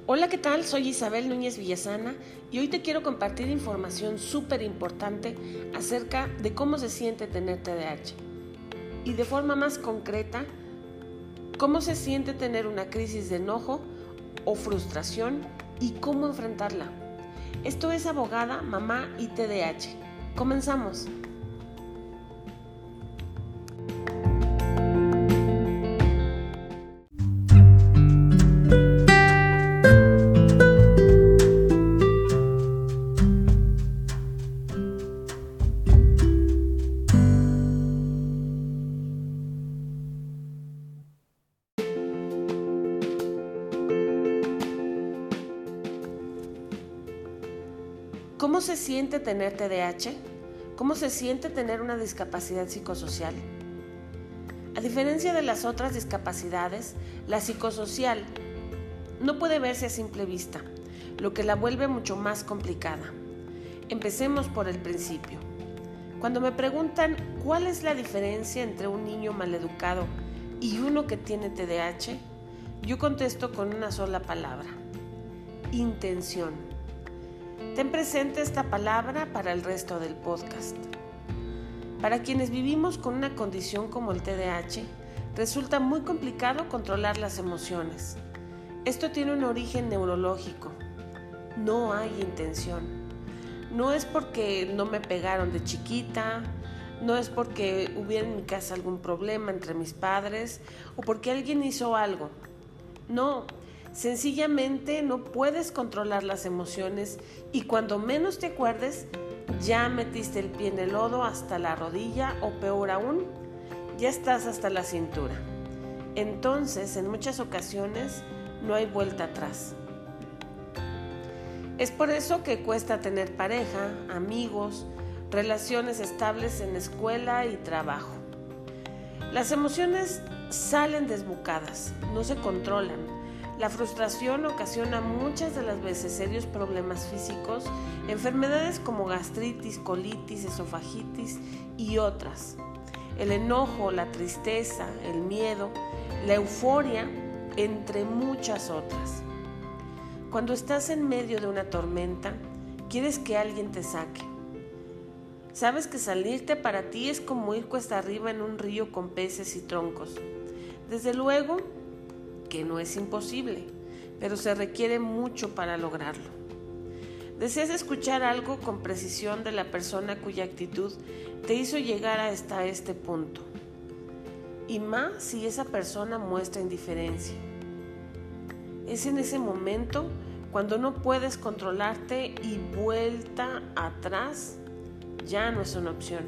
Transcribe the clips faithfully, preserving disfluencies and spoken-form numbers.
Hola, ¿qué tal? Soy Isabel Núñez Villasana y hoy te quiero compartir información súper importante acerca de cómo se siente tener T D A H y de forma más concreta, cómo se siente tener una crisis de enojo o frustración y cómo enfrentarla. Esto es Abogada, Mamá y T D A H. Comenzamos. ¿Cómo se siente tener T D A H? ¿Cómo se siente tener una discapacidad psicosocial? A diferencia de las otras discapacidades, la psicosocial no puede verse a simple vista, lo que la vuelve mucho más complicada. Empecemos por el principio. Cuando me preguntan cuál es la diferencia entre un niño maleducado y uno que tiene T D A H, yo contesto con una sola palabra: intención. Ten presente esta palabra para el resto del podcast. Para quienes vivimos con una condición como el T D A H, resulta muy complicado controlar las emociones. Esto tiene un origen neurológico. No hay intención. No es porque no me pegaron de chiquita, no es porque hubiera en mi casa algún problema entre mis padres o porque alguien hizo algo. No. Sencillamente no puedes controlar las emociones y cuando menos te acuerdes, ya metiste el pie en el lodo hasta la rodilla o peor aún, ya estás hasta la cintura. Entonces, en muchas ocasiones, no hay vuelta atrás. Es por eso que cuesta tener pareja, amigos, relaciones estables en escuela y trabajo. Las emociones salen desbocadas, no se controlan. La frustración ocasiona muchas de las veces serios problemas físicos, enfermedades como gastritis, colitis, esofagitis y otras. El enojo, la tristeza, el miedo, la euforia, entre muchas otras. Cuando estás en medio de una tormenta, quieres que alguien te saque. Sabes que salirte para ti es como ir cuesta arriba en un río con peces y troncos. Desde luego que no es imposible, pero se requiere mucho para lograrlo. Deseas escuchar algo con precisión de la persona cuya actitud te hizo llegar hasta este punto, y más si esa persona muestra indiferencia. Es en ese momento cuando no puedes controlarte y vuelta atrás ya no es una opción.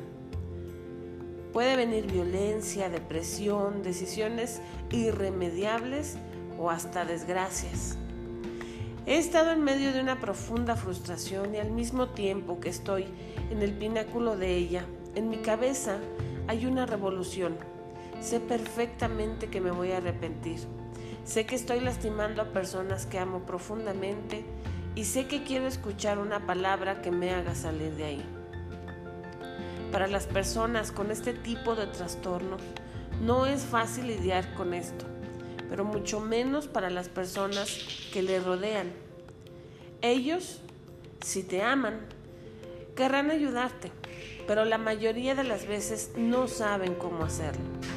Puede venir violencia, depresión, decisiones irremediables o hasta desgracias. He estado en medio de una profunda frustración y al mismo tiempo que estoy en el pináculo de ella, en mi cabeza hay una revolución. Sé perfectamente que me voy a arrepentir. Sé que estoy lastimando a personas que amo profundamente y sé que quiero escuchar una palabra que me haga salir de ahí. Para las personas con este tipo de trastornos, no es fácil lidiar con esto, pero mucho menos para las personas que le rodean. Ellos, si te aman, querrán ayudarte, pero la mayoría de las veces no saben cómo hacerlo.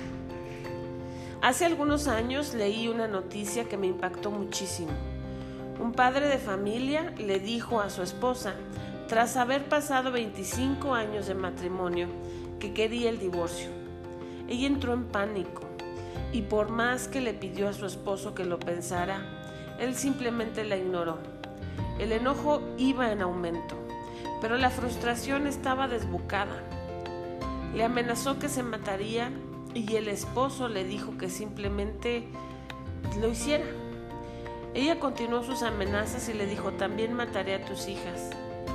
Hace algunos años leí una noticia que me impactó muchísimo. Un padre de familia le dijo a su esposa, tras haber pasado veinticinco años de matrimonio, que quería el divorcio. Ella entró en pánico y por más que le pidió a su esposo que lo pensara, él simplemente la ignoró. El enojo iba en aumento, pero la frustración estaba desbocada. Le amenazó que se mataría y el esposo le dijo que simplemente lo hiciera. Ella continuó sus amenazas y le dijo: también mataré a tus hijas.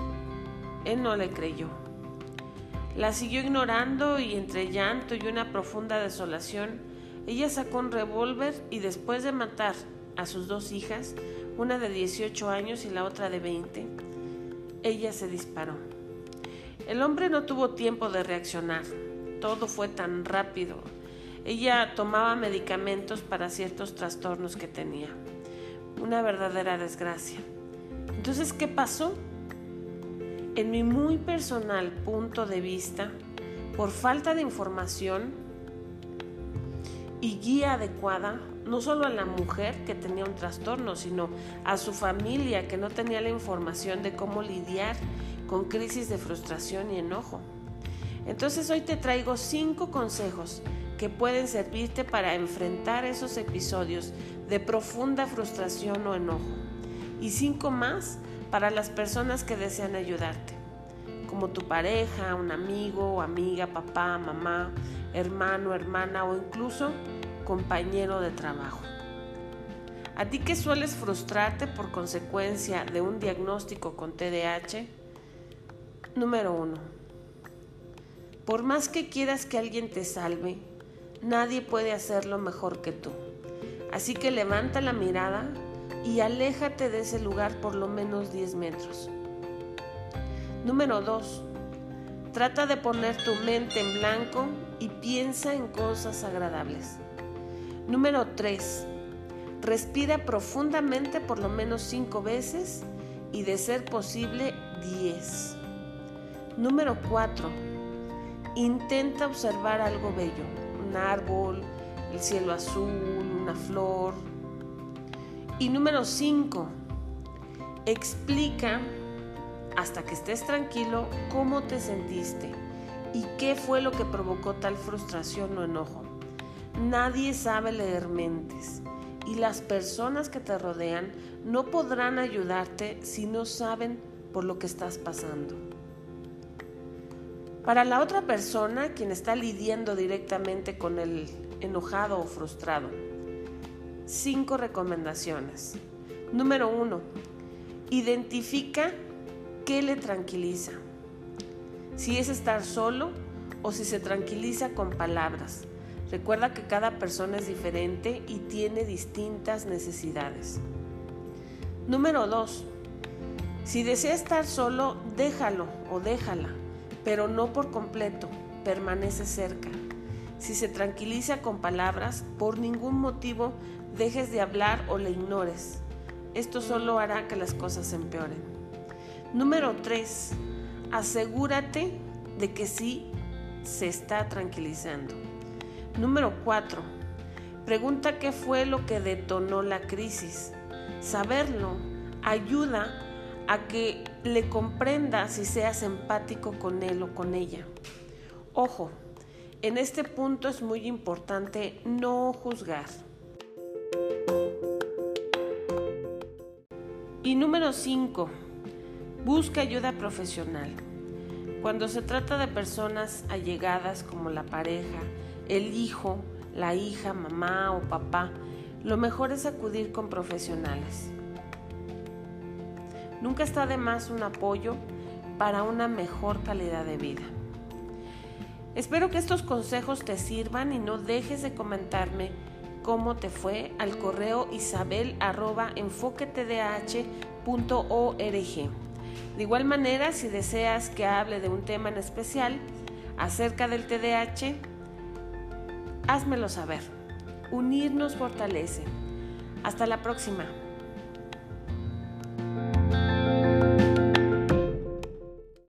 Él no le creyó. La siguió ignorando y entre llanto y una profunda desolación, ella sacó un revólver y después de matar a sus dos hijas, una de dieciocho años y la otra de veinte, ella se disparó. El hombre no tuvo tiempo de reaccionar. Todo fue tan rápido. Ella tomaba medicamentos para ciertos trastornos que tenía. una verdadera desgracia. Entonces, ¿qué pasó? En mi muy personal punto de vista, por falta de información y guía adecuada, no solo a la mujer que tenía un trastorno, sino a su familia que no tenía la información de cómo lidiar con crisis de frustración y enojo. Entonces hoy te traigo cinco consejos que pueden servirte para enfrentar esos episodios de profunda frustración o enojo, y cinco más para las personas que desean ayudarte, como tu pareja, un amigo o amiga, papá, mamá, hermano, hermana o incluso compañero de trabajo. A ti que sueles frustrarte por consecuencia de un diagnóstico con T D A H, número uno. Por más que quieras que alguien te salve, nadie puede hacerlo mejor que tú. Así que levanta la mirada y aléjate de ese lugar por lo menos diez metros. Número dos. Trata de poner tu mente en blanco y piensa en cosas agradables. Número tres. Respira profundamente por lo menos cinco veces y de ser posible diez. Número cuatro. Intenta observar algo bello, un árbol, el cielo azul, una flor. Y número cinco. Explica hasta que estés tranquilo cómo te sentiste y qué fue lo que provocó tal frustración o enojo. Nadie sabe leer mentes y las personas que te rodean no podrán ayudarte si no saben por lo que estás pasando. Para la otra persona, quien está lidiando directamente con el enojado o frustrado, cinco recomendaciones. Número uno, identifica qué le tranquiliza. Si es estar solo o si se tranquiliza con palabras. Recuerda que cada persona es diferente y tiene distintas necesidades. Número dos, si desea estar solo, déjalo o déjala, pero no por completo, permanece cerca. Si se tranquiliza con palabras, por ningún motivo dejes de hablar o le ignores. Esto solo hará que las cosas empeoren. Número tres, asegúrate de que sí se está tranquilizando. Número cuatro, pregunta qué fue lo que detonó la crisis. Saberlo ayuda a que le comprendas y seas empático con él o con ella. Ojo, en este punto es muy importante no juzgar. Y número cinco, busca ayuda profesional. Cuando se trata de personas allegadas como la pareja, el hijo, la hija, mamá o papá, lo mejor es acudir con profesionales. Nunca está de más un apoyo para una mejor calidad de vida. Espero que estos consejos te sirvan y no dejes de comentarme cómo te fue al correo isabel arroba enfoque t d a h punto org. De igual manera, si deseas que hable de un tema en especial acerca del T D A H, házmelo saber. Unirnos fortalece. Hasta la próxima.